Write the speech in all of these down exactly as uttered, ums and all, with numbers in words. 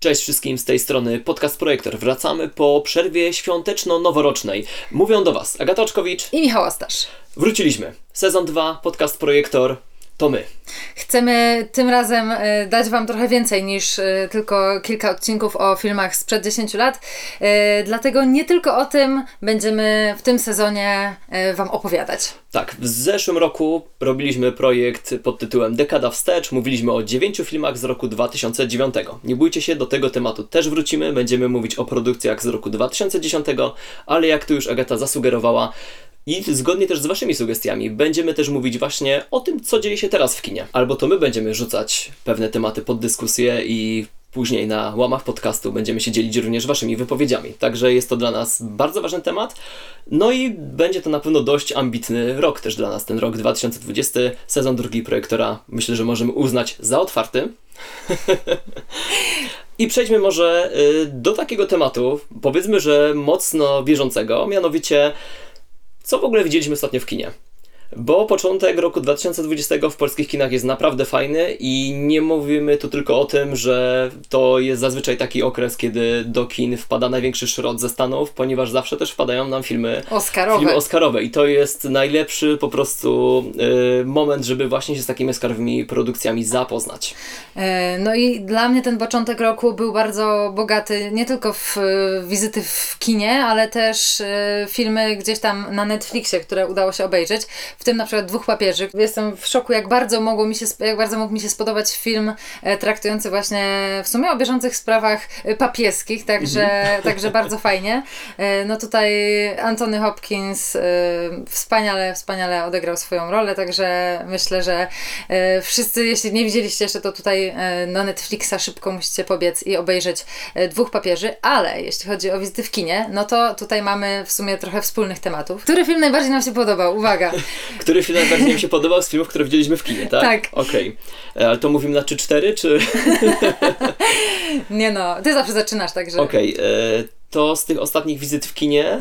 Cześć wszystkim, z tej strony Podcast Projektor. Wracamy po przerwie świąteczno-noworocznej. Mówią do Was Agata Oczkowicz i Michał Ostasz. Wróciliśmy. Sezon dwa, Podcast Projektor. To my. Chcemy tym razem y, dać Wam trochę więcej niż y, tylko kilka odcinków o filmach sprzed dziesięciu lat. Y, dlatego nie tylko o tym będziemy w tym sezonie y, Wam opowiadać. Tak, w zeszłym roku robiliśmy projekt pod tytułem Dekada Wstecz. Mówiliśmy o dziewięciu filmach z roku dwa tysiące dziewiątego. Nie bójcie się, do tego tematu też wrócimy. Będziemy mówić o produkcjach z roku dwa tysiące dziesiątego, ale jak tu już Agata zasugerowała, i zgodnie też z Waszymi sugestiami będziemy też mówić właśnie o tym, co dzieje się teraz w kinie. Albo to my będziemy rzucać pewne tematy pod dyskusję i później na łamach podcastu będziemy się dzielić również Waszymi wypowiedziami. Także jest to dla nas bardzo ważny temat. No i będzie to na pewno dość ambitny rok też dla nas, ten rok dwa tysiące dwudziesty. Sezon drugi Projektora myślę, że możemy uznać za otwarty. I przejdźmy może do takiego tematu, powiedzmy, że mocno bieżącego, mianowicie co w ogóle widzieliśmy ostatnio w kinie? Bo początek roku dwa tysiące dwudziestego w polskich kinach jest naprawdę fajny i nie mówimy tu tylko o tym, że to jest zazwyczaj taki okres, kiedy do kin wpada największy szrot ze Stanów, ponieważ zawsze też wpadają nam filmy Oscarowe. Filmy Oscarowe i to jest najlepszy po prostu y, moment, żeby właśnie się z takimi Oscarowymi produkcjami zapoznać. No i dla mnie ten początek roku był bardzo bogaty nie tylko w wizyty w kinie, ale też filmy gdzieś tam na Netflixie, które udało się obejrzeć. W tym na przykład Dwóch papieży. Jestem w szoku, jak bardzo mogło mi się, jak bardzo mógł mi się spodobać film e, traktujący właśnie w sumie o bieżących sprawach e, papieskich, także, mm-hmm. także bardzo fajnie. E, no tutaj Anthony Hopkins e, wspaniale, wspaniale odegrał swoją rolę, także myślę, że e, wszyscy, jeśli nie widzieliście jeszcze, to tutaj e, na Netflixa szybko musicie pobiec i obejrzeć e, Dwóch papieży, ale jeśli chodzi o wizyty w kinie, no to tutaj mamy w sumie trochę wspólnych tematów. Który film najbardziej nam się podobał? Uwaga! Który film najbardziej mi się podobał z filmów, które widzieliśmy w kinie, tak? Tak. Okej. Okay. Ale to mówimy na trzy cztery, czy... Nie no, ty zawsze zaczynasz, także... Okej. Okay. To z tych ostatnich wizyt w kinie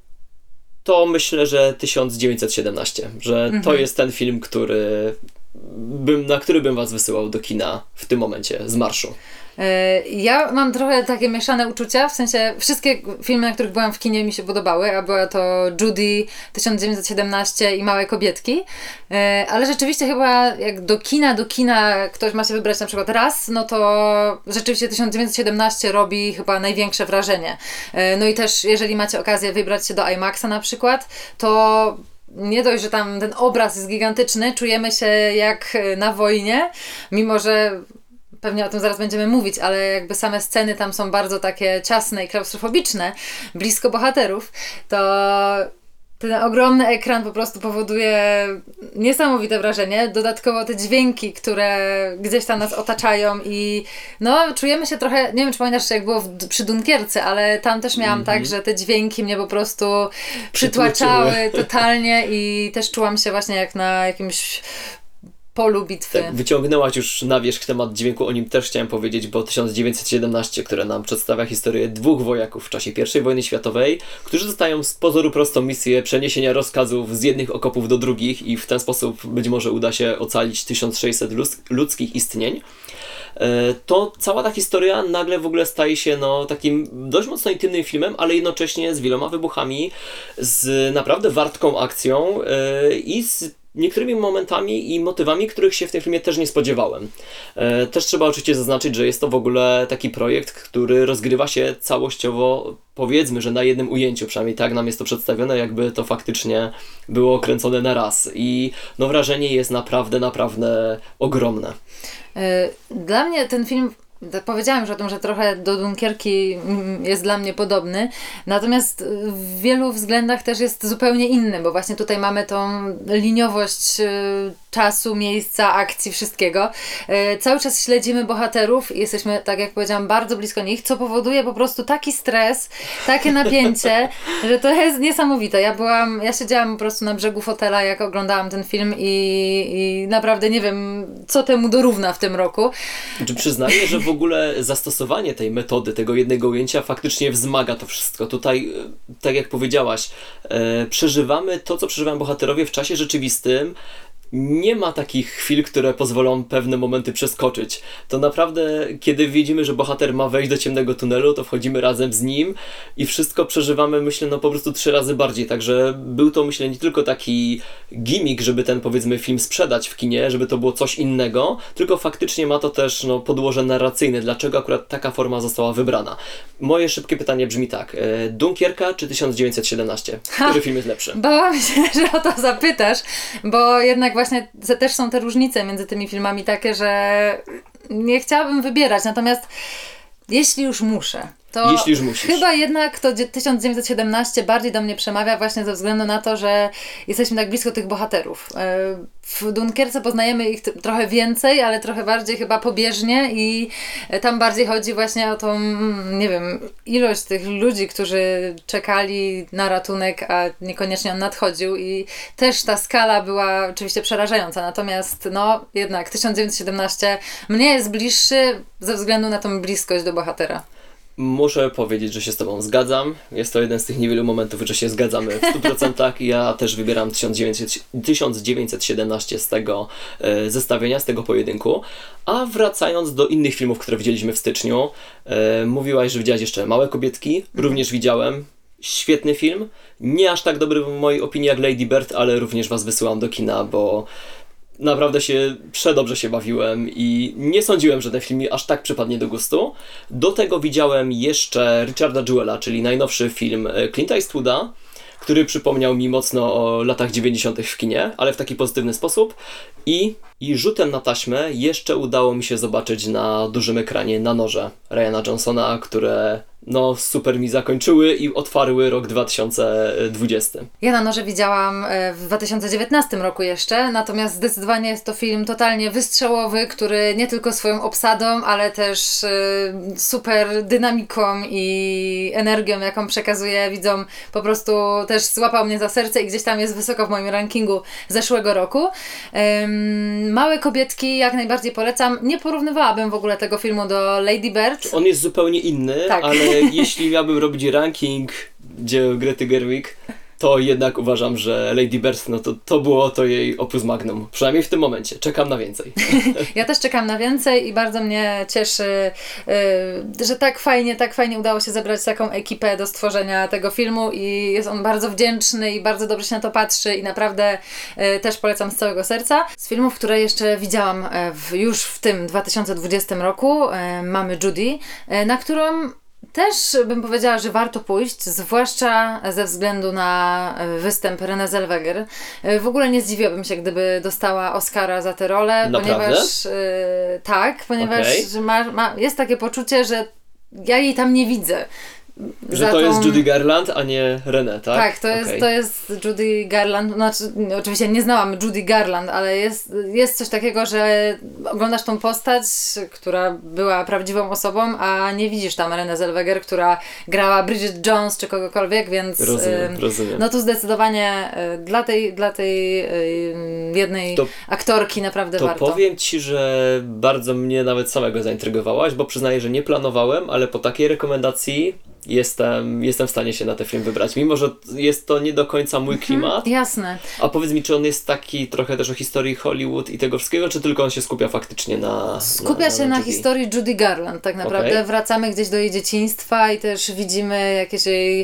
to myślę, że tysiąc dziewięćset siedemnaście. Że mhm. to jest ten film, który bym, na który bym was wysyłał do kina w tym momencie, z marszu. Ja mam trochę takie mieszane uczucia, w sensie wszystkie filmy, na których byłam w kinie, mi się podobały, a była to Judy, tysiąc dziewięćset siedemnaście i Małe kobietki, ale rzeczywiście chyba jak do kina, do kina ktoś ma się wybrać na przykład raz, no to rzeczywiście tysiąc dziewięćset siedemnaście robi chyba największe wrażenie. No i też jeżeli macie okazję wybrać się do IMAXa na przykład, to nie dość, że tam ten obraz jest gigantyczny, czujemy się jak na wojnie, mimo że pewnie o tym zaraz będziemy mówić, ale jakby same sceny tam są bardzo takie ciasne i klaustrofobiczne, blisko bohaterów, to ten ogromny ekran po prostu powoduje niesamowite wrażenie. Dodatkowo te dźwięki, które gdzieś tam nas otaczają i no czujemy się trochę, nie wiem czy pamiętasz jak było w, przy Dunkierce, ale tam też miałam mm-hmm. tak, że te dźwięki mnie po prostu przytłaczały totalnie i też czułam się właśnie jak na jakimś polu bitwy. Tak, wyciągnęłaś już na wierzch temat dźwięku, o nim też chciałem powiedzieć, bo tysiąc dziewięćset siedemnaście, które nam przedstawia historię dwóch wojaków w czasie pierwszej wojny światowej, którzy dostają z pozoru prostą misję przeniesienia rozkazów z jednych okopów do drugich i w ten sposób być może uda się ocalić tysiąc sześćset ludzkich istnień. To cała ta historia nagle w ogóle staje się no, takim dość mocno intymnym filmem, ale jednocześnie z wieloma wybuchami, z naprawdę wartką akcją i z niektórymi momentami i motywami, których się w tym filmie też nie spodziewałem. E, też trzeba oczywiście zaznaczyć, że jest to w ogóle taki projekt, który rozgrywa się całościowo, powiedzmy, że na jednym ujęciu, przynajmniej tak nam jest to przedstawione, jakby to faktycznie było kręcone na raz. I no wrażenie jest naprawdę, naprawdę ogromne. Dla mnie ten film, powiedziałam już o tym, że trochę do Dunkierki jest dla mnie podobny, natomiast w wielu względach też jest zupełnie inny, bo właśnie tutaj mamy tą liniowość czasu, miejsca, akcji, wszystkiego. Cały czas śledzimy bohaterów i jesteśmy, tak jak powiedziałam, bardzo blisko nich, co powoduje po prostu taki stres, takie napięcie, że to jest niesamowite. Ja byłam, ja siedziałam po prostu na brzegu fotela, jak oglądałam ten film i, i naprawdę nie wiem, co temu dorówna w tym roku. Czy przyznaję, że w ogóle zastosowanie tej metody, tego jednego ujęcia faktycznie wzmaga to wszystko. Tutaj, tak jak powiedziałaś, e, przeżywamy to, co przeżywają bohaterowie w czasie rzeczywistym, nie ma takich chwil, które pozwolą pewne momenty przeskoczyć. To naprawdę, kiedy widzimy, że bohater ma wejść do ciemnego tunelu, to wchodzimy razem z nim i wszystko przeżywamy, myślę, no po prostu trzy razy bardziej. Także był to, myślę, nie tylko taki gimmick, żeby ten, powiedzmy, film sprzedać w kinie, żeby to było coś innego, tylko faktycznie ma to też no, podłoże narracyjne, dlaczego akurat taka forma została wybrana. Moje szybkie pytanie brzmi tak. Dunkierka czy tysiąc dziewięćset siedemnaście? Który ha, film jest lepszy? Bałam się, że o to zapytasz, bo jednak właśnie też są te różnice między tymi filmami takie, że nie chciałabym wybierać, natomiast jeśli już muszę, to Jeśli już musisz. Chyba jednak to tysiąc dziewięćset siedemnaście bardziej do mnie przemawia właśnie ze względu na to, że jesteśmy tak blisko tych bohaterów. W Dunkierce poznajemy ich trochę więcej, ale trochę bardziej chyba pobieżnie i tam bardziej chodzi właśnie o tą, nie wiem, ilość tych ludzi, którzy czekali na ratunek, a niekoniecznie on nadchodził i też ta skala była oczywiście przerażająca. Natomiast no jednak tysiąc dziewięćset siedemnaście mnie jest bliższy ze względu na tą bliskość do bohatera. Muszę powiedzieć, że się z Tobą zgadzam. Jest to jeden z tych niewielu momentów, że się zgadzamy w stu procentach. Ja też wybieram tysiąc dziewięćset siedemnaście z tego e, zestawienia, z tego pojedynku. A wracając do innych filmów, które widzieliśmy w styczniu, e, mówiłaś, że widziałaś jeszcze Małe kobietki. Mhm. Również widziałem. Świetny film. Nie aż tak dobry w mojej opinii jak Lady Bird, ale również Was wysyłam do kina, bo naprawdę się, przedobrze się bawiłem i nie sądziłem, że ten film mi aż tak przypadnie do gustu. Do tego widziałem jeszcze Richarda Jewella, czyli najnowszy film Clint Eastwooda, który przypomniał mi mocno o latach dziewięćdziesiątych w kinie, ale w taki pozytywny sposób. I, i rzutem na taśmę jeszcze udało mi się zobaczyć na dużym ekranie Na noże Ryana Johnsona, które no super mi zakończyły i otwarły rok dwa tysiące dwudziesty. Ja Na noże widziałam w dwa tysiące dziewiętnastym roku jeszcze, natomiast zdecydowanie jest to film totalnie wystrzałowy, który nie tylko swoją obsadą, ale też super dynamiką i energią, jaką przekazuje widzom, po prostu też złapał mnie za serce i gdzieś tam jest wysoko w moim rankingu zeszłego roku. Małe kobietki jak najbardziej polecam. Nie porównywałabym w ogóle tego filmu do Lady Bird. On jest zupełnie inny, tak. Ale jeśli miałbym robić ranking dzieł Grety Gerwig, to jednak uważam, że Lady Bird, no to, to było to jej opus magnum. Przynajmniej w tym momencie. Czekam na więcej. Ja też czekam na więcej i bardzo mnie cieszy, yy, że tak fajnie, tak fajnie udało się zebrać taką ekipę do stworzenia tego filmu i jest on bardzo wdzięczny i bardzo dobrze się na to patrzy i naprawdę yy, też polecam z całego serca. Z filmów, które jeszcze widziałam w, już w tym dwa tysiące dwudziestym roku, yy, mamy Judy, yy, na którą też bym powiedziała, że warto pójść, zwłaszcza ze względu na występ Renée Zellweger. W ogóle nie zdziwiłabym się, gdyby dostała Oscara za tę rolę, Naprawdę? ponieważ yy, tak, ponieważ okay. ma, ma, jest takie poczucie, że ja jej tam nie widzę. Że to tą... jest Judy Garland, a nie Renée, tak? Tak, to jest, okay. to jest Judy Garland. Znaczy, oczywiście nie znałam Judy Garland, ale jest, jest coś takiego, że oglądasz tą postać, która była prawdziwą osobą, a nie widzisz tam Renée Zellweger, która grała Bridget Jones czy kogokolwiek, więc rozumiem, y, rozumiem. no tu zdecydowanie y, dla tej, dla tej y, jednej to, aktorki naprawdę to warto. To powiem Ci, że bardzo mnie nawet samego zaintrygowałaś, bo przyznaję, że nie planowałem, ale po takiej rekomendacji Jestem, jestem w stanie się na ten film wybrać, mimo że jest to nie do końca mój klimat. Mhm, jasne. A powiedz mi, czy on jest taki trochę też o historii Hollywood i tego wszystkiego, czy tylko on się skupia faktycznie na Skupia na, się na, na na historii Judy Garland tak naprawdę. Okay. Wracamy gdzieś do jej dzieciństwa i też widzimy jakieś jej,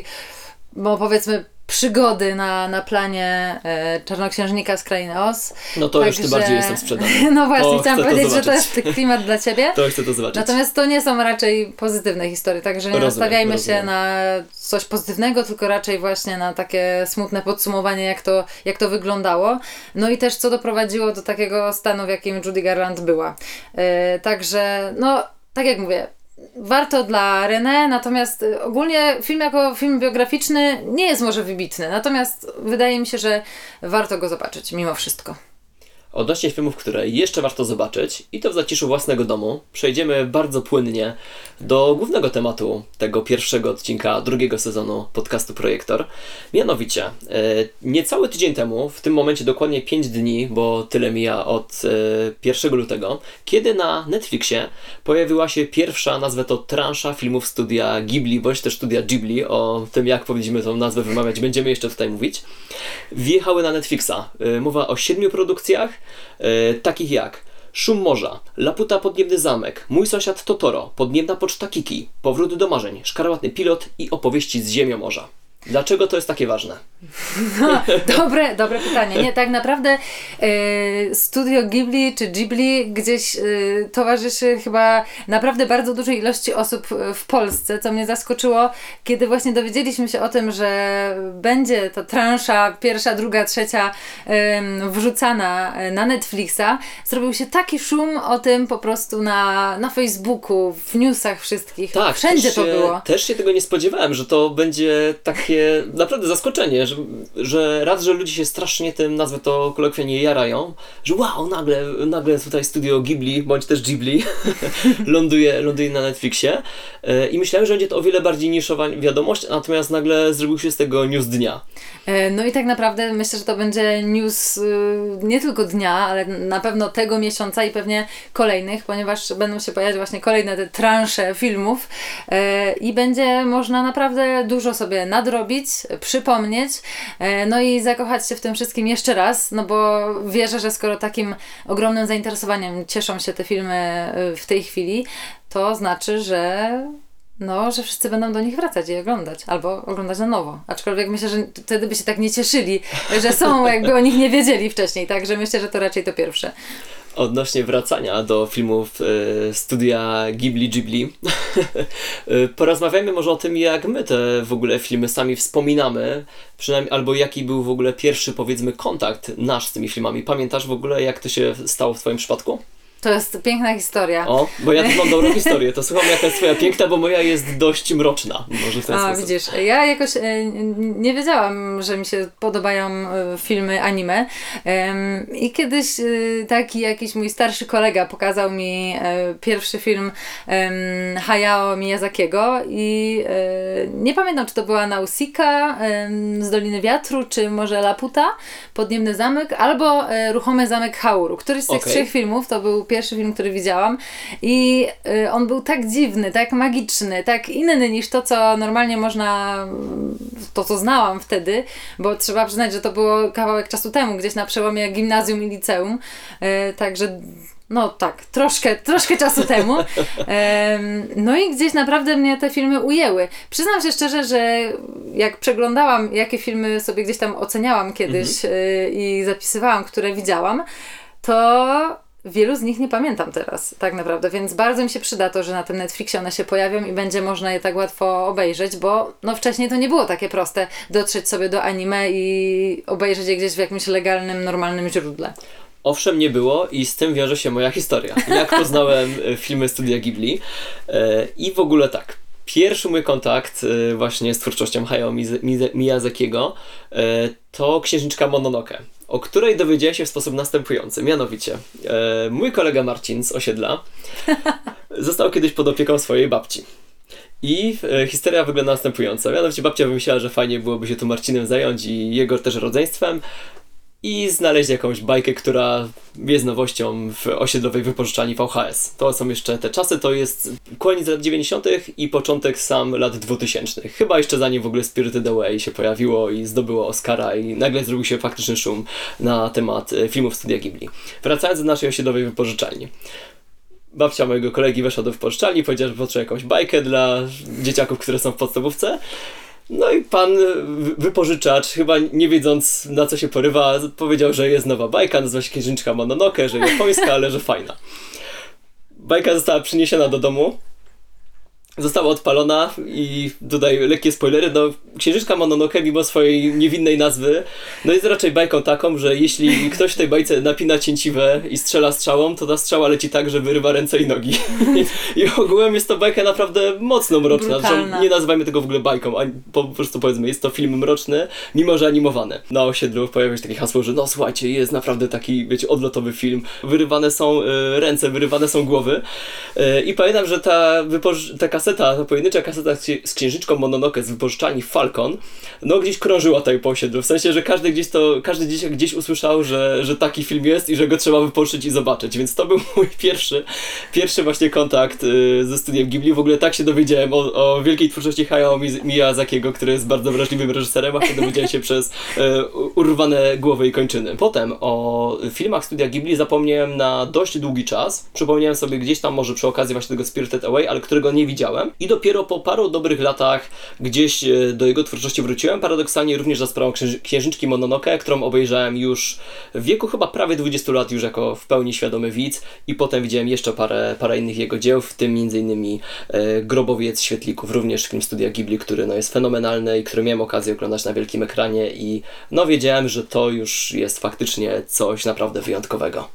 bo powiedzmy, przygody na, na planie e, Czarnoksiężnika z Krainy Oz. No to tak, już tym że... bardziej jestem sprzedany. No właśnie, o, chciałam powiedzieć, że to jest klimat dla Ciebie. To chcę to zobaczyć. Natomiast to nie są raczej pozytywne historie, także nie rozumiem, nastawiajmy rozumiem. się na coś pozytywnego, tylko raczej właśnie na takie smutne podsumowanie, jak to, jak to wyglądało. No i też co doprowadziło do takiego stanu, w jakim Judy Garland była. E, także, no, tak jak mówię, warto dla Renée, natomiast ogólnie film jako film biograficzny nie jest może wybitny, natomiast wydaje mi się, że warto go zobaczyć mimo wszystko. odnośnie filmów, które jeszcze warto zobaczyć i to w zaciszu własnego domu, przejdziemy bardzo płynnie do głównego tematu tego pierwszego odcinka drugiego sezonu podcastu Projektor. Mianowicie, e, niecały tydzień temu, w tym momencie dokładnie pięć dni, bo tyle mija od e, pierwszego lutego, kiedy na Netflixie pojawiła się pierwsza, nazwę to transza filmów studia Ghibli, bądź też studia Ghibli, o tym jak powinniśmy tą nazwę wymawiać, będziemy jeszcze tutaj mówić, wjechały na Netflixa. E, mowa o siedmiu produkcjach, e, takich jak Szum morza, Laputa Podniebny zamek, Mój sąsiad Totoro, Podniebna poczta Kiki, Powrót do marzeń, Szkarłatny pilot i Opowieści z ziemiomorza. Dlaczego to jest takie ważne? No, dobre, dobre pytanie. Nie, tak naprawdę y, studio Ghibli czy Ghibli gdzieś y, towarzyszy chyba naprawdę bardzo dużej ilości osób w Polsce, co mnie zaskoczyło, kiedy właśnie dowiedzieliśmy się o tym, że będzie ta transza pierwsza, druga, trzecia y, wrzucana na Netflixa. Zrobił się taki szum o tym po prostu na, na Facebooku, w newsach wszystkich. Tak, wszędzie też to się, było. Też się tego nie spodziewałem, że to będzie takie naprawdę zaskoczenie, że, że raz, że ludzie się strasznie tym, nazwę to kolokwialnie, jarają, że wow, nagle, nagle tutaj studio Ghibli, bądź też Ghibli ląduje, ląduje na Netflixie i myślałem, że będzie to o wiele bardziej niszowa wiadomość, natomiast nagle zrobił się z tego news dnia. No i tak naprawdę myślę, że to będzie news nie tylko dnia, ale na pewno tego miesiąca i pewnie kolejnych, ponieważ będą się pojawiać właśnie kolejne te transze filmów i będzie można naprawdę dużo sobie nadrobić, przypomnieć, no i zakochać się w tym wszystkim jeszcze raz, no bo wierzę, że skoro takim ogromnym zainteresowaniem cieszą się te filmy w tej chwili, to znaczy, że no, że wszyscy będą do nich wracać i oglądać, albo oglądać na nowo. Aczkolwiek myślę, że wtedy by się tak nie cieszyli, że są, jakby o nich nie wiedzieli wcześniej, także myślę, że to raczej to pierwsze. Odnośnie wracania do filmów y, studia Ghibli Ghibli, y, porozmawiajmy może o tym, jak my te w ogóle filmy sami wspominamy, przynajmniej, albo jaki był w ogóle pierwszy, powiedzmy, kontakt nasz z tymi filmami. Pamiętasz w ogóle, jak to się stało w twoim przypadku? To jest piękna historia. O, bo ja tu mam dobrą historię, to słucham, jaka jest twoja piękna, bo moja jest dość mroczna, może w ten A, sposób. widzisz, ja jakoś e, nie wiedziałam, że mi się podobają e, filmy anime e, i kiedyś e, taki jakiś mój starszy kolega pokazał mi e, pierwszy film e, Hayao Miyazakiego i e, nie pamiętam, czy to była Nausicaa e, z Doliny Wiatru, czy może Laputa, Podniebny zamek, albo e, Ruchomy zamek Hauru. Któryś z tych Okay. trzech filmów to był pierwszy film, który widziałam i y, on był tak dziwny, tak magiczny, tak inny niż to, co normalnie można, to co znałam wtedy, bo trzeba przyznać, że to było kawałek czasu temu, gdzieś na przełomie gimnazjum i liceum, y, także no tak, troszkę, troszkę czasu temu. Um, no i gdzieś naprawdę mnie te filmy ujęły. Przyznam się szczerze, że jak przeglądałam, jakie filmy sobie gdzieś tam oceniałam kiedyś mhm. y, i zapisywałam, które widziałam, to wielu z nich nie pamiętam teraz, tak naprawdę, więc bardzo mi się przyda to, że na tym Netflixie one się pojawią i będzie można je tak łatwo obejrzeć, bo no wcześniej to nie było takie proste dotrzeć sobie do anime i obejrzeć je gdzieś w jakimś legalnym, normalnym źródle. Owszem, nie było i z tym wiąże się moja historia. Jak poznałem filmy studia Ghibli i w ogóle tak. Pierwszy mój kontakt właśnie z twórczością Hayao Miyazakiego to Księżniczka Mononoke, o której dowiedziałem się w sposób następujący. Mianowicie, mój kolega Marcin z osiedla został kiedyś pod opieką swojej babci. I historia wygląda następująco. Mianowicie babcia wymyślała, że fajnie byłoby się tu Marcinem zająć i jego też rodzeństwem i znaleźć jakąś bajkę, która jest nowością w osiedlowej wypożyczalni V H S. To są jeszcze te czasy, to jest koniec lat dziewięćdziesiątych i początek sam lat dwutysięcznych. Chyba jeszcze zanim w ogóle Spirited Away się pojawiło i zdobyło Oscara i nagle zrobił się faktyczny szum na temat filmów studia Ghibli. Wracając do naszej osiedlowej wypożyczalni. Babcia mojego kolegi weszła do wypożyczalni, powiedziała, że potrzebuje jakąś bajkę dla dzieciaków, które są w podstawówce. No i pan wypożyczacz, chyba nie wiedząc, na co się porywa, powiedział, że jest nowa bajka, nazywa się Księżniczka Mononoke, że japońska, ale że fajna. Bajka została przyniesiona do domu została odpalona i tutaj lekkie spoilery, no Księżniczka Mononoke mimo swojej niewinnej nazwy, no jest raczej bajką taką, że jeśli ktoś w tej bajce napina cięciwę i strzela strzałą, to ta strzała leci tak, że wyrywa ręce i nogi. I ogółem jest to bajka naprawdę mocno mroczna, że nie nazywajmy tego w ogóle bajką, a po, po prostu powiedzmy, jest to film mroczny, mimo że animowany. Na osiedlu pojawia się takie hasło, że no słuchajcie, jest naprawdę taki, wiecie, odlotowy film, wyrywane są y, ręce, wyrywane są głowy y, i pamiętam, że ta, wypoż- ta kaseta, ta pojedyncza kaseta z Księżniczką Mononoke z wypożyczalni Falcon, no gdzieś krążyła tutaj po osiedlu, w sensie, że każdy gdzieś to, każdy gdzieś, gdzieś usłyszał, że, że taki film jest i że go trzeba wypożyczyć i zobaczyć, więc to był mój pierwszy, pierwszy właśnie kontakt y, ze studiem Ghibli. W ogóle tak się dowiedziałem o, o wielkiej twórczości Hayao Miyazakiego, który jest bardzo wrażliwym reżyserem, a wtedy dowiedziałem się przez y, urwane głowy i kończyny. Potem o filmach studia Ghibli zapomniałem na dość długi czas. Przypomniałem sobie gdzieś tam może przy okazji właśnie tego Spirited Away, ale którego nie widziałem. I dopiero po paru dobrych latach gdzieś y, do jego twórczości wróciłem. Paradoksalnie również za sprawą księży- Księżniczki Mononoke, którą obejrzałem już w wieku chyba prawie dwudziestu lat, już jako w pełni świadomy widz. I potem widziałem jeszcze parę, parę innych jego dzieł, w tym między innymi e, Grobowiec Świetlików, również film studia Ghibli, który no, jest fenomenalny i który miałem okazję oglądać na wielkim ekranie i no wiedziałem, że to już jest faktycznie coś naprawdę wyjątkowego.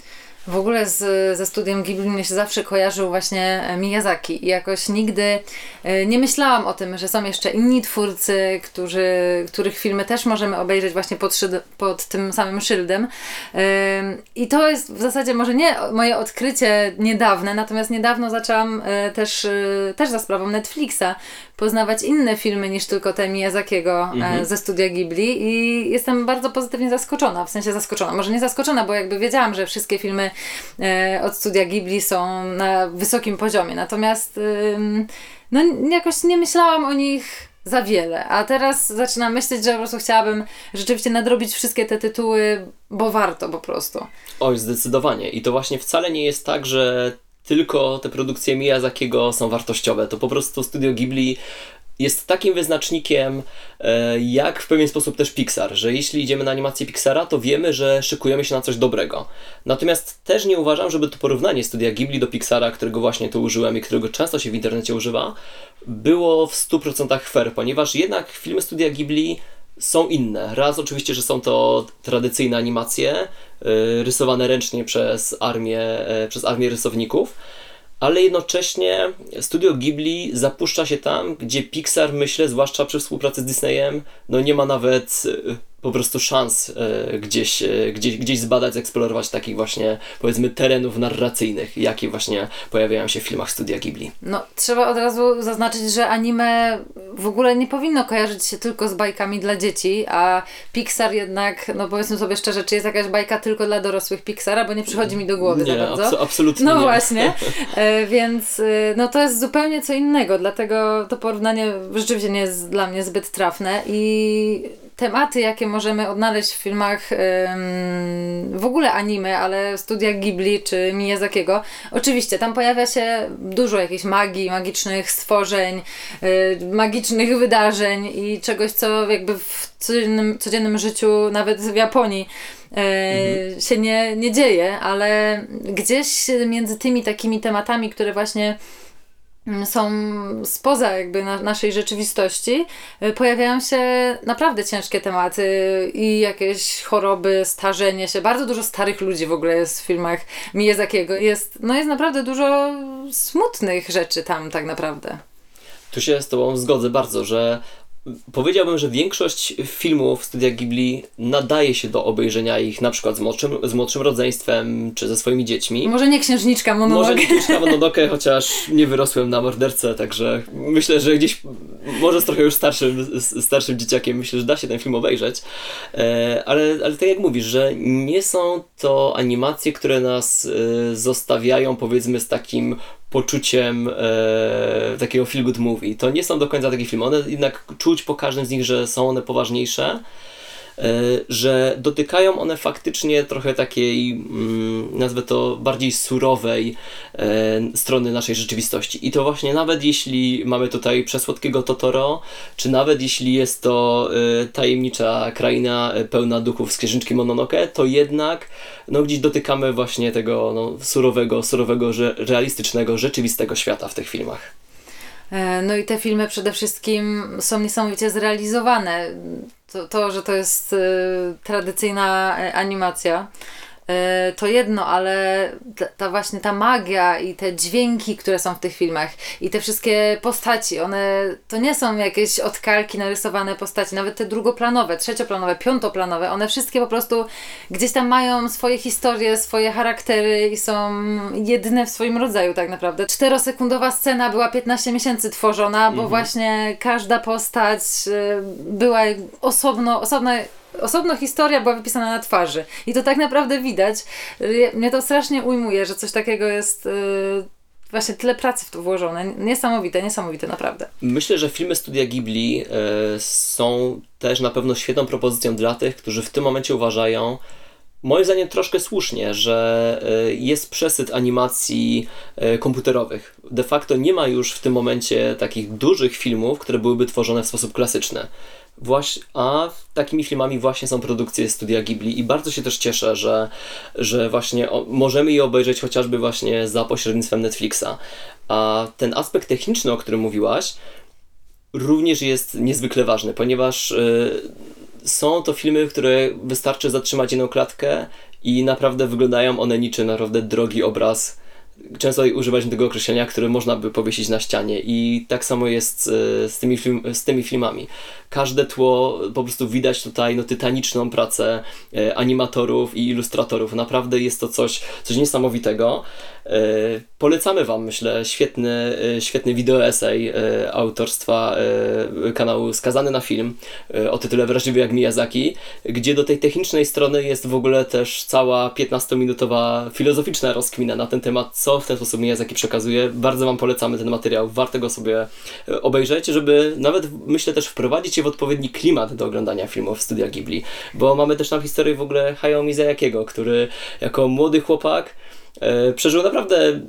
W ogóle z, ze studiem Ghibli mnie się zawsze kojarzył właśnie Miyazaki i jakoś nigdy y, nie myślałam o tym, że są jeszcze inni twórcy, którzy, których filmy też możemy obejrzeć właśnie pod, szyd, pod tym samym szyldem. Y, I to jest w zasadzie może nie moje odkrycie niedawne, natomiast niedawno zaczęłam y, też, y, też za sprawą Netflixa poznawać inne filmy niż tylko te Miyazakiego mhm. ze studia Ghibli i jestem bardzo pozytywnie zaskoczona, w sensie zaskoczona, może nie zaskoczona, bo jakby wiedziałam, że wszystkie filmy e, od studia Ghibli są na wysokim poziomie, natomiast e, no jakoś nie myślałam o nich za wiele, a teraz zaczynam myśleć, że po prostu chciałabym rzeczywiście nadrobić wszystkie te tytuły, bo warto po prostu. Oj, zdecydowanie i to właśnie wcale nie jest tak, że tylko te produkcje Miyazakiego są wartościowe. To po prostu studio Ghibli jest takim wyznacznikiem, jak w pewien sposób też Pixar, że jeśli idziemy na animację Pixara, to wiemy, że szykujemy się na coś dobrego. Natomiast też nie uważam, żeby to porównanie studia Ghibli do Pixara, którego właśnie tu użyłem i którego często się w internecie używa, było w stu procentach fair, ponieważ jednak filmy studia Ghibli są inne. Raz oczywiście, że są to tradycyjne animacje, yy, rysowane ręcznie przez armię, yy, przez armię rysowników, ale jednocześnie studio Ghibli zapuszcza się tam, gdzie Pixar, myślę, zwłaszcza przy współpracy z Disneyem, no nie ma nawet yy, po prostu szans yy, gdzieś, yy, gdzieś, gdzieś zbadać, zeksplorować takich właśnie, powiedzmy, terenów narracyjnych, jakie właśnie pojawiają się w filmach studia Ghibli. No, trzeba od razu zaznaczyć, że anime w ogóle nie powinno kojarzyć się tylko z bajkami dla dzieci, a Pixar jednak, no powiedzmy sobie szczerze, czy jest jakaś bajka tylko dla dorosłych Pixara, bo nie przychodzi mi do głowy nie, za bardzo. Abso- absolutnie no nie. właśnie, e, więc e, no to jest zupełnie co innego, dlatego to porównanie rzeczywiście nie jest dla mnie zbyt trafne i tematy, jakie możemy odnaleźć w filmach ym, w ogóle anime, ale studia Ghibli czy Miyazakiego. Oczywiście, tam pojawia się dużo jakiejś magii, magicznych stworzeń, y, magicznych wydarzeń i czegoś, co jakby w codziennym, codziennym życiu, nawet w Japonii, y, mhm. się nie, nie dzieje, ale gdzieś między tymi takimi tematami, które właśnie są spoza jakby na, naszej rzeczywistości, pojawiają się naprawdę ciężkie tematy i jakieś choroby, starzenie się. Bardzo dużo starych ludzi w ogóle jest w filmach Miyazakiego. Jest, no jest naprawdę dużo smutnych rzeczy tam tak naprawdę. Tu się z Tobą zgodzę bardzo, że powiedziałbym, że większość filmów studia Ghibli nadaje się do obejrzenia ich na przykład z młodszym, z młodszym rodzeństwem, czy ze swoimi dziećmi. Może nie Księżniczka Mononoke. Może nie Księżniczka Mononoke, chociaż nie wyrosłem na mordercę, także myślę, że gdzieś, może z trochę już starszym, starszym dzieciakiem, myślę, że da się ten film obejrzeć. Ale, ale tak jak mówisz, że nie są to animacje, które nas zostawiają, powiedzmy, z takim poczuciem e, takiego feel good movie. To nie są do końca takie filmy. One jednak czuć po każdym z nich, że są one poważniejsze, e, że dotykają one faktycznie trochę takiej, mm, nazwę to, bardziej surowej e, strony naszej rzeczywistości. I to właśnie nawet jeśli mamy tutaj Przesłodkiego Totoro, czy nawet jeśli jest to e, tajemnicza kraina pełna duchów z Księżniczki Mononoke, to jednak no gdzieś dotykamy właśnie tego no, surowego, surowego, że, realistycznego, rzeczywistego świata w tych filmach. No i te filmy przede wszystkim są niesamowicie zrealizowane. To, to że to jest y, tradycyjna animacja, y, to jedno, ale ta, ta właśnie ta magia i te dźwięki, które są w tych filmach i te wszystkie postaci, one to nie są jakieś odkalki narysowane postaci, nawet te drugoplanowe, trzecioplanowe, piątoplanowe, one wszystkie po prostu gdzieś tam mają swoje historie, swoje charaktery i są jedyne w swoim rodzaju tak naprawdę. Czterosekundowa scena była piętnaście miesięcy tworzona, bo mhm. właśnie każda postać y, była osobno, osobna Osobno historia była wypisana na twarzy. I to tak naprawdę widać. Mnie to strasznie ujmuje, że coś takiego jest yy, właśnie tyle pracy w to włożone. Niesamowite, niesamowite naprawdę. Myślę, że filmy Studia Ghibli yy, są też na pewno świetną propozycją dla tych, którzy w tym momencie uważają, moim zdaniem troszkę słusznie, że jest przesyt animacji komputerowych. De facto nie ma już w tym momencie takich dużych filmów, które byłyby tworzone w sposób klasyczny. Właśnie, a takimi filmami właśnie są produkcje Studia Ghibli i bardzo się też cieszę, że, że właśnie o, możemy je obejrzeć chociażby właśnie za pośrednictwem Netflixa. A ten aspekt techniczny, o którym mówiłaś, również jest niezwykle ważny, ponieważ yy, są to filmy, które wystarczy zatrzymać jedną klatkę i naprawdę wyglądają one niczym naprawdę drogi obraz. Często używać tego określenia, które można by powiesić na ścianie i tak samo jest z tymi, film, z tymi filmami. Każde tło, po prostu widać tutaj no, tytaniczną pracę e, animatorów i ilustratorów. Naprawdę jest to coś, coś niesamowitego. E, polecamy Wam, myślę, świetny, e, świetny wideo esej e, autorstwa e, kanału Skazany na film e, o tytule Wrażliwy jak Miyazaki, gdzie do tej technicznej strony jest w ogóle też cała piętnastominutowa filozoficzna rozkmina na ten temat, co w ten sposób Miyazaki przekazuje. Bardzo Wam polecamy ten materiał, warto go sobie obejrzeć, żeby nawet, myślę, też wprowadzić się w odpowiedni klimat do oglądania filmów Studia Ghibli, bo mamy też tam historię w ogóle Hayao Miyazakiego, który jako młody chłopak e, przeżył naprawdę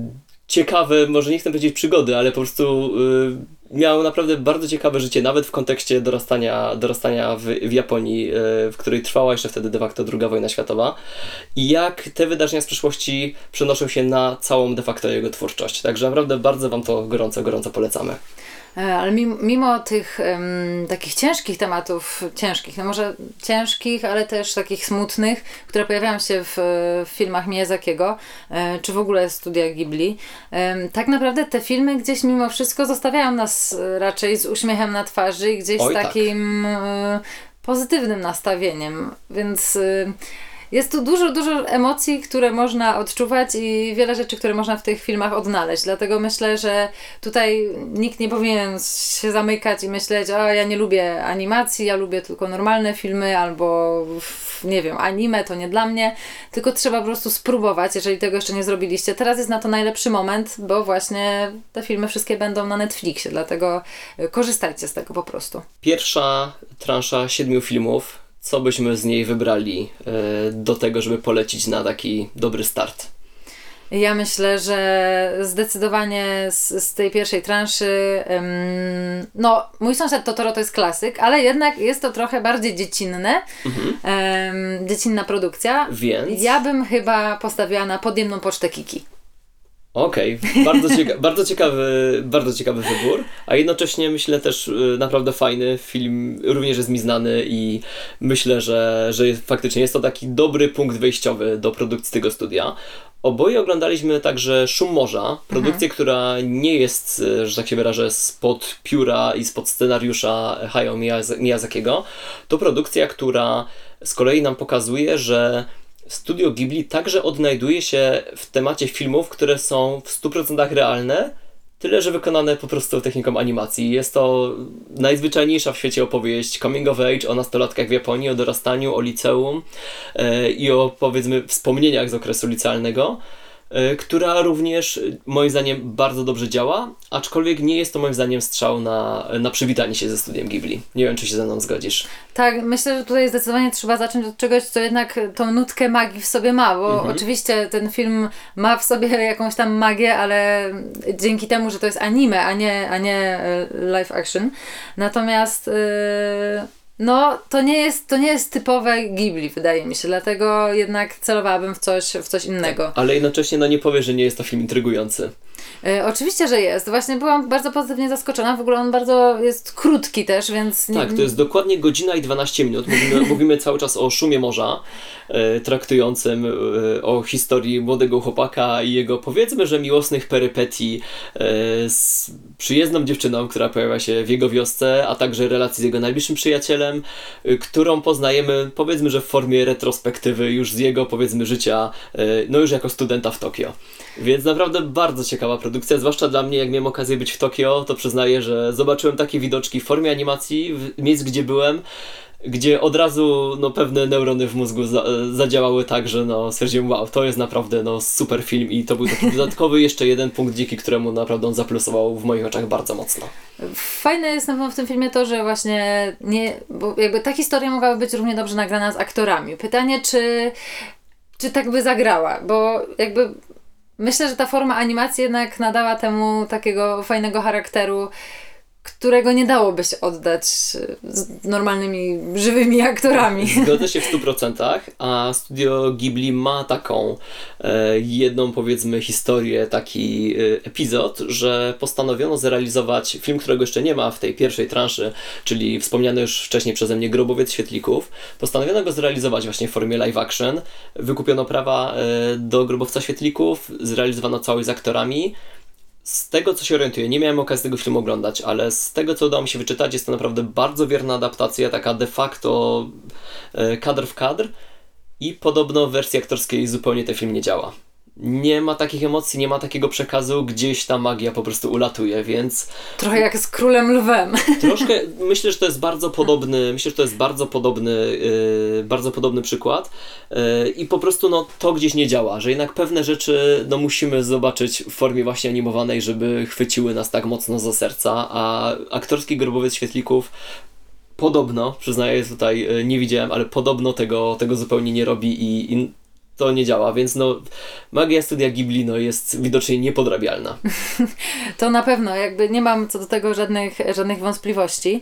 ciekawe, może nie chcę powiedzieć przygody, ale po prostu y, miał naprawdę bardzo ciekawe życie, nawet w kontekście dorastania, dorastania w, w Japonii, y, w której trwała jeszcze wtedy de facto druga wojna światowa i jak te wydarzenia z przeszłości przenoszą się na całą de facto jego twórczość. Także naprawdę bardzo Wam to gorąco, gorąco polecamy. Ale mimo, mimo tych um, takich ciężkich tematów, ciężkich, no może ciężkich, ale też takich smutnych, które pojawiają się w, w filmach Miyazakiego, e, czy w ogóle Studia Ghibli, e, tak naprawdę te filmy gdzieś mimo wszystko zostawiają nas raczej z uśmiechem na twarzy i gdzieś Oj, z takim tak. e, pozytywnym nastawieniem, więc e, jest tu dużo, dużo emocji, które można odczuwać i wiele rzeczy, które można w tych filmach odnaleźć. Dlatego myślę, że tutaj nikt nie powinien się zamykać i myśleć, o ja nie lubię animacji, ja lubię tylko normalne filmy albo nie wiem, anime to nie dla mnie. Tylko trzeba po prostu spróbować, jeżeli tego jeszcze nie zrobiliście. Teraz jest na to najlepszy moment, bo właśnie te filmy wszystkie będą na Netflixie, dlatego korzystajcie z tego po prostu. Pierwsza transza siedmiu filmów. Co byśmy z niej wybrali y, do tego, żeby polecić na taki dobry start? Ja myślę, że zdecydowanie z, z tej pierwszej transzy ym, no, Mój sąsiad Totoro to jest klasyk, ale jednak jest to trochę bardziej dziecinne, mhm. ym, dziecinna produkcja. Więc? Ja bym chyba postawiła na Podjemną pocztę Kiki. Okej, okay. bardzo, cieka- bardzo, ciekawy, bardzo ciekawy wybór, a jednocześnie myślę też y, naprawdę fajny film, również jest mi znany i myślę, że, że jest, faktycznie jest to taki dobry punkt wyjściowy do produkcji tego studia. Oboje oglądaliśmy także Szum morza, produkcję, mhm. która nie jest, że tak się wyrażę, spod pióra i spod scenariusza Hayao Miyazakiego. To produkcja, która z kolei nam pokazuje, że Studio Ghibli także odnajduje się w temacie filmów, które są w stu procentach realne, tyle że wykonane po prostu techniką animacji. Jest to najzwyczajniejsza w świecie opowieść coming of age o nastolatkach w Japonii, o dorastaniu, o liceum yy, i o, powiedzmy, wspomnieniach z okresu licealnego, yy, która również moim zdaniem bardzo dobrze działa, aczkolwiek nie jest to moim zdaniem strzał na, na przywitanie się ze Studiem Ghibli. Nie wiem, czy się ze mną zgodzisz. Tak, myślę, że tutaj zdecydowanie trzeba zacząć od czegoś, co jednak tą nutkę magii w sobie ma, bo mhm. oczywiście ten film ma w sobie jakąś tam magię, ale dzięki temu, że to jest anime, a nie, a nie live action. Natomiast yy, no, to nie jest, to nie jest typowe Ghibli, wydaje mi się, dlatego jednak celowałabym w coś, w coś innego. Tak, ale jednocześnie no nie powiem, że nie jest to film intrygujący. E, oczywiście, że jest. Właśnie byłam bardzo pozytywnie zaskoczona. W ogóle on bardzo jest krótki też, więc... Nie... Tak, to jest dokładnie godzina i dwanaście minut. Mówimy, mówimy cały czas o szumie morza, e, traktującym e, o historii młodego chłopaka i jego, powiedzmy, że miłosnych perypetii e, z przyjezdną dziewczyną, która pojawia się w jego wiosce, a także relacji z jego najbliższym przyjacielem, e, którą poznajemy, powiedzmy, że w formie retrospektywy już z jego, powiedzmy, życia, e, no już jako studenta w Tokio. Więc naprawdę bardzo ciekawa produkcja, zwłaszcza dla mnie, jak miałem okazję być w Tokio, to przyznaję, że zobaczyłem takie widoczki w formie animacji, w miejsc, gdzie byłem, gdzie od razu no, pewne neurony w mózgu za, zadziałały tak, że no, stwierdziłem, wow, to jest naprawdę no, super film i to był taki dodatkowy jeszcze jeden punkt dzięki któremu naprawdę on zaplusował w moich oczach bardzo mocno. Fajne jest na pewno w tym filmie to, że właśnie nie, bo jakby ta historia mogłaby być równie dobrze nagrana z aktorami. Pytanie, czy, czy tak by zagrała, bo jakby myślę, że ta forma animacji jednak nadała temu takiego fajnego charakteru, którego nie dałoby się oddać z normalnymi, żywymi aktorami. Zgodzę się w stu procentach, a studio Ghibli ma taką e, jedną, powiedzmy, historię, taki e, epizod, że postanowiono zrealizować film, którego jeszcze nie ma w tej pierwszej transzy, czyli wspomniany już wcześniej przeze mnie Grobowiec Świetlików. Postanowiono go zrealizować właśnie w formie live action. Wykupiono prawa e, do Grobowca Świetlików, zrealizowano całość z aktorami. Z tego, co się orientuję, nie miałem okazji tego filmu oglądać, ale z tego, co udało mi się wyczytać, jest to naprawdę bardzo wierna adaptacja, taka de facto e, kadr w kadr i podobno w wersji aktorskiej zupełnie ten film nie działa. Nie ma takich emocji, nie ma takiego przekazu, gdzieś ta magia po prostu ulatuje, więc... Trochę jak z Królem Lwem. Troszkę, myślę, że to jest bardzo podobny, myślę, że to jest bardzo podobny, yy, bardzo podobny przykład yy, i po prostu no, to gdzieś nie działa, że jednak pewne rzeczy no, musimy zobaczyć w formie właśnie animowanej, żeby chwyciły nas tak mocno za serca, a aktorski Grobowiec Świetlików podobno, przyznaję tutaj, yy, nie widziałem, ale podobno tego, tego zupełnie nie robi i, i to nie działa, więc no magia studia Ghibli no, jest widocznie niepodrabialna. To na pewno, jakby nie mam co do tego żadnych, żadnych wątpliwości.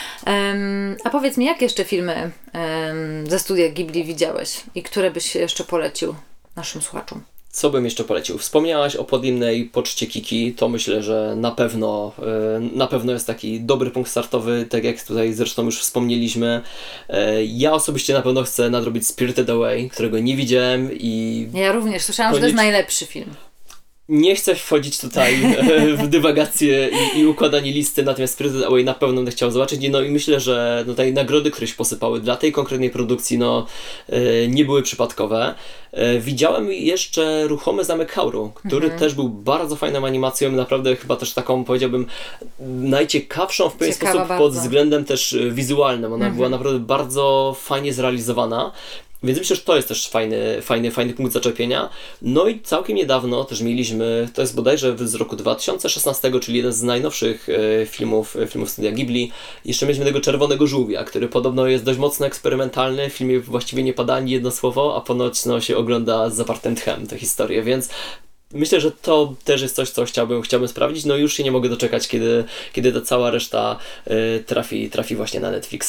Um, a powiedz mi, jak jeszcze filmy um, ze studia Ghibli widziałeś i które byś jeszcze polecił naszym słuchaczom? Co bym jeszcze polecił? Wspomniałaś o Podwójnej Poczcie Kiki, to myślę, że na pewno, na pewno jest taki dobry punkt startowy, tak jak tutaj zresztą już wspomnieliśmy. Ja osobiście na pewno chcę nadrobić Spirited Away, którego nie widziałem i... Ja również, słyszałam, że to jest najlepszy film. Nie chcę wchodzić tutaj w dywagację i, i układanie listy, natomiast Spirited Away na pewno będę chciał zobaczyć. No i myślę, że no, tutaj nagrody, które się posypały dla tej konkretnej produkcji, no nie były przypadkowe. Widziałem jeszcze Ruchomy Zamek Hauru, który mhm. też był bardzo fajną animacją, naprawdę chyba też taką, powiedziałbym, najciekawszą w pewien Ciekawa sposób bardzo. pod względem też wizualnym. Ona mhm. była naprawdę bardzo fajnie zrealizowana. Więc myślę, że to jest też fajny, fajny, fajny punkt zaczepienia. No i całkiem niedawno też mieliśmy, to jest bodajże z roku dwa tysiące szesnastego, czyli jeden z najnowszych e, filmów, e, filmów studia Ghibli. Jeszcze mieliśmy tego Czerwonego Żółwia, który podobno jest dość mocno eksperymentalny. W filmie właściwie nie pada ani jedno słowo, a ponoć no, się ogląda z zapartym tchem tę historię, więc myślę, że to też jest coś, co chciałbym, chciałbym sprawdzić. No już się nie mogę doczekać, kiedy, kiedy ta cała reszta e, trafi, trafi właśnie na Netflixa.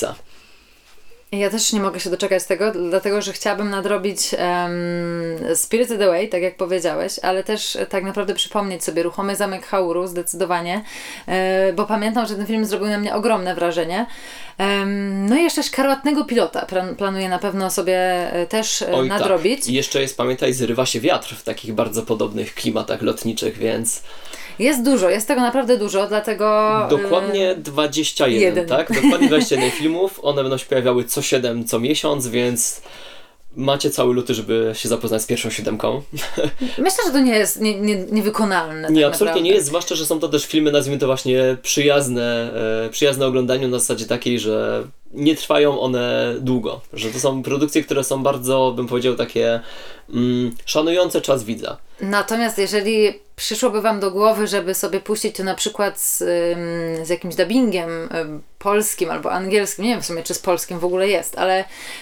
Ja też nie mogę się doczekać tego, dlatego że chciałabym nadrobić um, Spirited Away, tak jak powiedziałeś, ale też tak naprawdę przypomnieć sobie Ruchomy Zamek Hauru, zdecydowanie, e, bo pamiętam, że ten film zrobił na mnie ogromne wrażenie. Um, no i jeszcze Szkarłatnego Pilota plan, planuję na pewno sobie też Oj, nadrobić. Tak. I jeszcze jest, pamiętaj, Zrywa się wiatr w takich bardzo podobnych klimatach lotniczych, więc... Jest dużo, jest tego naprawdę dużo, dlatego... Dokładnie dwadzieścia jeden, jeden. tak? Dokładnie dwadzieścia jeden filmów. One będą się pojawiały co siedem, co miesiąc, więc macie cały luty, żeby się zapoznać z pierwszą siódemką. Myślę, że to nie jest nie, nie, niewykonalne. Nie, tak absolutnie naprawdę. nie jest, zwłaszcza, że są to też filmy, nazwijmy to właśnie przyjazne, e, przyjazne oglądaniu na zasadzie takiej, że nie trwają one długo. Że to są produkcje, które są bardzo, bym powiedział, takie mm, szanujące czas widza. Natomiast jeżeli przyszłoby Wam do głowy, żeby sobie puścić to na przykład z, z jakimś dubbingiem polskim albo angielskim, nie wiem w sumie, czy z polskim w ogóle jest, ale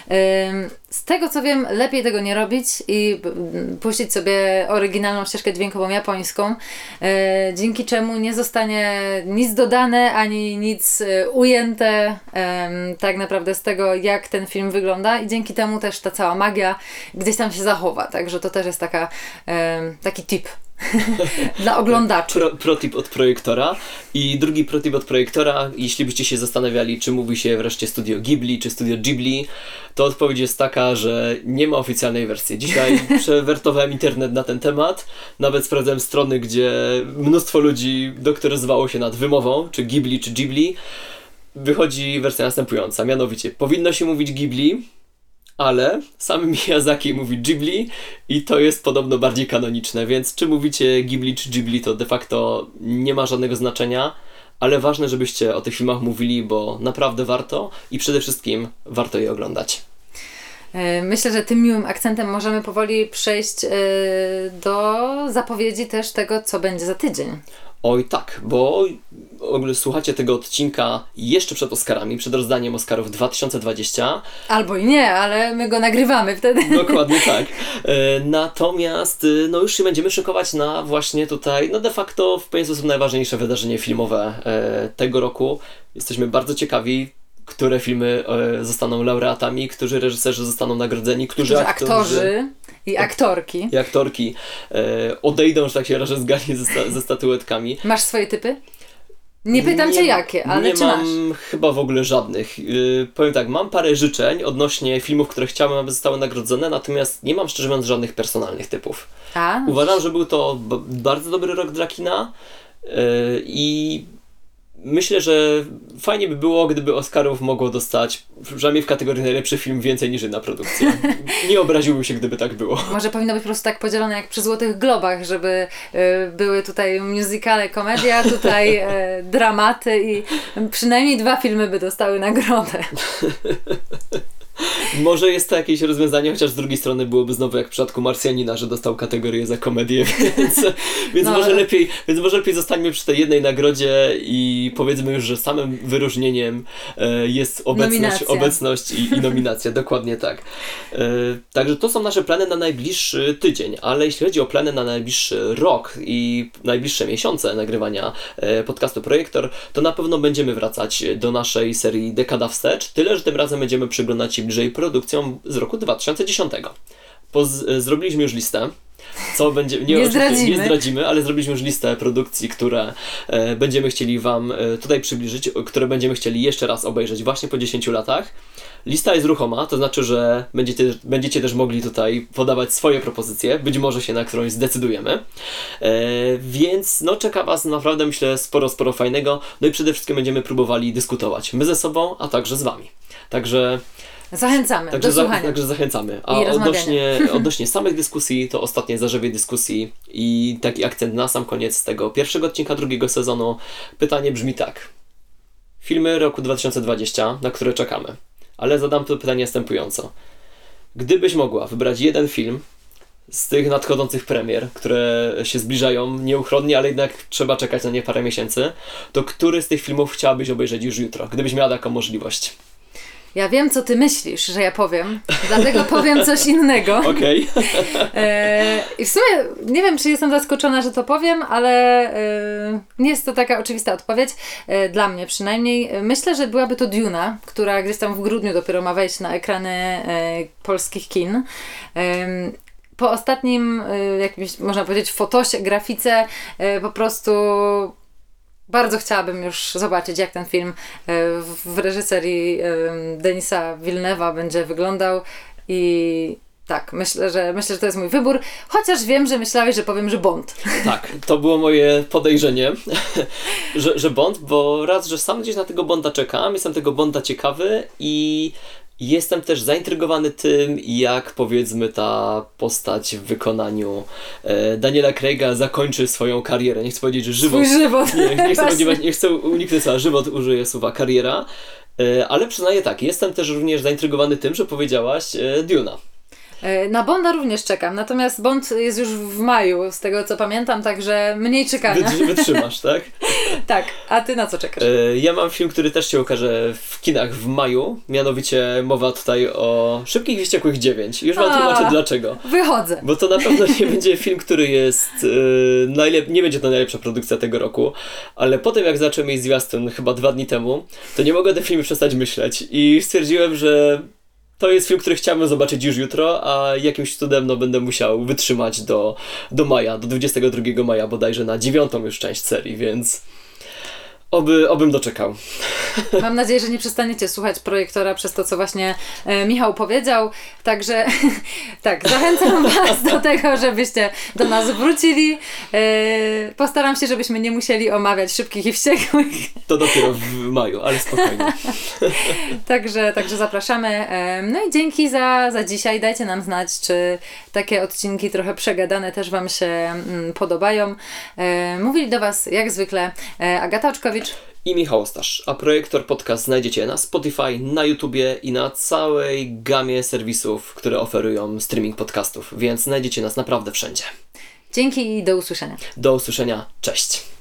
z tego co wiem, lepiej tego nie robić i puścić sobie oryginalną ścieżkę dźwiękową japońską, dzięki czemu nie zostanie nic dodane, ani nic ujęte tak naprawdę z tego, jak ten film wygląda i dzięki temu też ta cała magia gdzieś tam się zachowa, także to też jest taka, taki tip. Dla oglądaczy. Pro, protip od projektora. I drugi protip od projektora, jeśli byście się zastanawiali, czy mówi się wreszcie Studio Ghibli, czy Studio Ghibli, to odpowiedź jest taka, że nie ma oficjalnej wersji. Dzisiaj przewertowałem internet na ten temat, nawet sprawdzałem strony, gdzie mnóstwo ludzi doktoryzowało się nad wymową, czy Ghibli, czy Ghibli. Wychodzi wersja następująca, mianowicie powinno się mówić Ghibli, ale sam Miyazaki mówi Ghibli i to jest podobno bardziej kanoniczne, więc czy mówicie Ghibli czy Ghibli, to de facto nie ma żadnego znaczenia, ale ważne, żebyście o tych filmach mówili, bo naprawdę warto i przede wszystkim warto je oglądać. Myślę, że tym miłym akcentem możemy powoli przejść do zapowiedzi też tego, co będzie za tydzień. Oj tak, bo w ogóle słuchacie tego odcinka jeszcze przed Oscarami, przed rozdaniem Oscarów dwa tysiące dwudziestego. Albo i nie, ale my go nagrywamy wtedy. Dokładnie tak. E, natomiast no już się będziemy szykować na właśnie tutaj, no de facto w pewien sposób najważniejsze wydarzenie filmowe e, tego roku. Jesteśmy bardzo ciekawi, które filmy e, zostaną laureatami, którzy reżyserzy zostaną nagrodzeni, którzy, którzy aktorzy, aktorzy i aktorki. I aktorki e, odejdą, że tak się raczej zgadnie ze, sta- ze statuetkami. Masz swoje typy? Nie pytam nie, cię jakie, ale nie czy mam masz? chyba w ogóle żadnych. Yy, powiem tak, mam parę życzeń odnośnie filmów, które chciałem, aby zostały nagrodzone, natomiast nie mam szczerze mówiąc żadnych personalnych typów. A? Uważam, że był to b- bardzo dobry rok dla kina yy, i myślę, że fajnie by było, gdyby Oscarów mogło dostać, przynajmniej w kategorii najlepszy film, więcej niż jedna produkcja. Nie obraziłbym się, gdyby tak było. Może powinno być po prostu tak podzielone jak przy Złotych Globach, żeby y, były tutaj musicale, komedia, tutaj y, dramaty i przynajmniej dwa filmy by dostały nagrodę. Może jest to jakieś rozwiązanie, chociaż z drugiej strony byłoby znowu jak w przypadku Marsjanina, że dostał kategorię za komedię, więc, więc, No. może lepiej, więc może lepiej zostańmy przy tej jednej nagrodzie i powiedzmy już, że samym wyróżnieniem e, jest obecność, Nominacja. obecność i, i nominacja, dokładnie tak. E, także to są nasze plany na najbliższy tydzień, ale jeśli chodzi o plany na najbliższy rok i najbliższe miesiące nagrywania e, podcastu Projektor, to na pewno będziemy wracać do naszej serii Dekada Wstecz, tyle, że tym razem będziemy przyglądać się bliżej produkcjom z roku dwa tysiące dziesiątego. Poz- zrobiliśmy już listę, co będzie, nie, Nie oczywiście zdradzimy. nie zdradzimy, ale zrobiliśmy już listę produkcji, które e, będziemy chcieli Wam e, tutaj przybliżyć, o, które będziemy chcieli jeszcze raz obejrzeć właśnie po dziesięciu latach. Lista jest ruchoma, to znaczy, że będziecie, będziecie też mogli tutaj podawać swoje propozycje, być może się na którąś zdecydujemy. E, więc no czeka Was naprawdę, myślę, sporo, sporo fajnego, no i przede wszystkim będziemy próbowali dyskutować my ze sobą, a także z Wami. Także Zachęcamy Także, do za, słuchania. także zachęcamy. A I rozmawiania. odnośnie, odnośnie samych dyskusji, to ostatnie zarzewie dyskusji i taki akcent na sam koniec tego pierwszego odcinka drugiego sezonu. Pytanie brzmi tak. Filmy roku dwa tysiące dwudziestego, na które czekamy. Ale zadam to pytanie następująco. Gdybyś mogła wybrać jeden film z tych nadchodzących premier, które się zbliżają nieuchronnie, ale jednak trzeba czekać na nie parę miesięcy, to który z tych filmów chciałabyś obejrzeć już jutro, gdybyś miała taką możliwość? Ja wiem, co ty myślisz, że ja powiem, dlatego powiem coś innego. Okej. E, I w sumie nie wiem, czy jestem zaskoczona, że to powiem, ale e, nie jest to taka oczywista odpowiedź, e, dla mnie przynajmniej. Myślę, że byłaby to Duna, która gdzieś tam w grudniu dopiero ma wejść na ekrany e, polskich kin. E, po ostatnim, e, jakimś, można powiedzieć, fotosie, grafice, e, po prostu bardzo chciałabym już zobaczyć, jak ten film e, w reżyserii e, Denisa Villeneuve'a będzie wyglądał i tak, myślę, że myślę, że to jest mój wybór, chociaż wiem, że myślałeś, że powiem, że Bond. Tak, to było moje podejrzenie, że, że Bond, bo raz, że sam gdzieś na tego Bonda czekam, jestem tego Bonda ciekawy i jestem też zaintrygowany tym, jak powiedzmy ta postać w wykonaniu e, Daniela Craiga zakończy swoją karierę. Nie chcę powiedzieć, że żywot... Swój żywot. Nie, nie, chcę, Właśnie. będzie, nie chcę uniknąć słowa żywot, użyję słowa kariera, e, ale przyznaję tak, jestem też również zaintrygowany tym, że powiedziałaś e, Duna. E, Na Bonda również czekam, natomiast Bond jest już w maju, z tego co pamiętam, także mniej czekania. Wytrzy- wytrzymasz, tak? Tak, a ty na co czekasz? E, Ja mam film, który też się ukaże w kinach w maju, mianowicie mowa tutaj o Szybkich i Wściekłych dziewięć. Już wam A. tłumaczę dlaczego. Wychodzę. Bo to na pewno nie będzie film, który jest e, najlep- nie będzie to najlepsza produkcja tego roku, ale potem jak zacząłem jej zwiastun chyba dwa dni temu, to nie mogę o tym filmie przestać myśleć i stwierdziłem, że To jest film, który chciałbym zobaczyć już jutro, a jakimś cudem no, będę musiał wytrzymać do, do maja, do dwudziestego drugiego maja bodajże na dziewiątą już część serii, więc oby, obym doczekał. Mam nadzieję, że nie przestaniecie słuchać projektora przez to, co właśnie e, Michał powiedział. Także tak, zachęcam Was do tego, żebyście do nas wrócili. E, postaram się, żebyśmy nie musieli omawiać Szybkich i Wściekłych. To dopiero w maju, ale spokojnie. Także, także zapraszamy. E, no i dzięki za, za dzisiaj. Dajcie nam znać, czy takie odcinki trochę przegadane też Wam się mm, podobają. E, mówili do Was jak zwykle e, Agata Oczkowicz I Michał Ostasz, a Projektor Podcast znajdziecie na Spotify, na YouTubie i na całej gamie serwisów, które oferują streaming podcastów, więc znajdziecie nas naprawdę wszędzie. Dzięki i do usłyszenia. Do usłyszenia, cześć!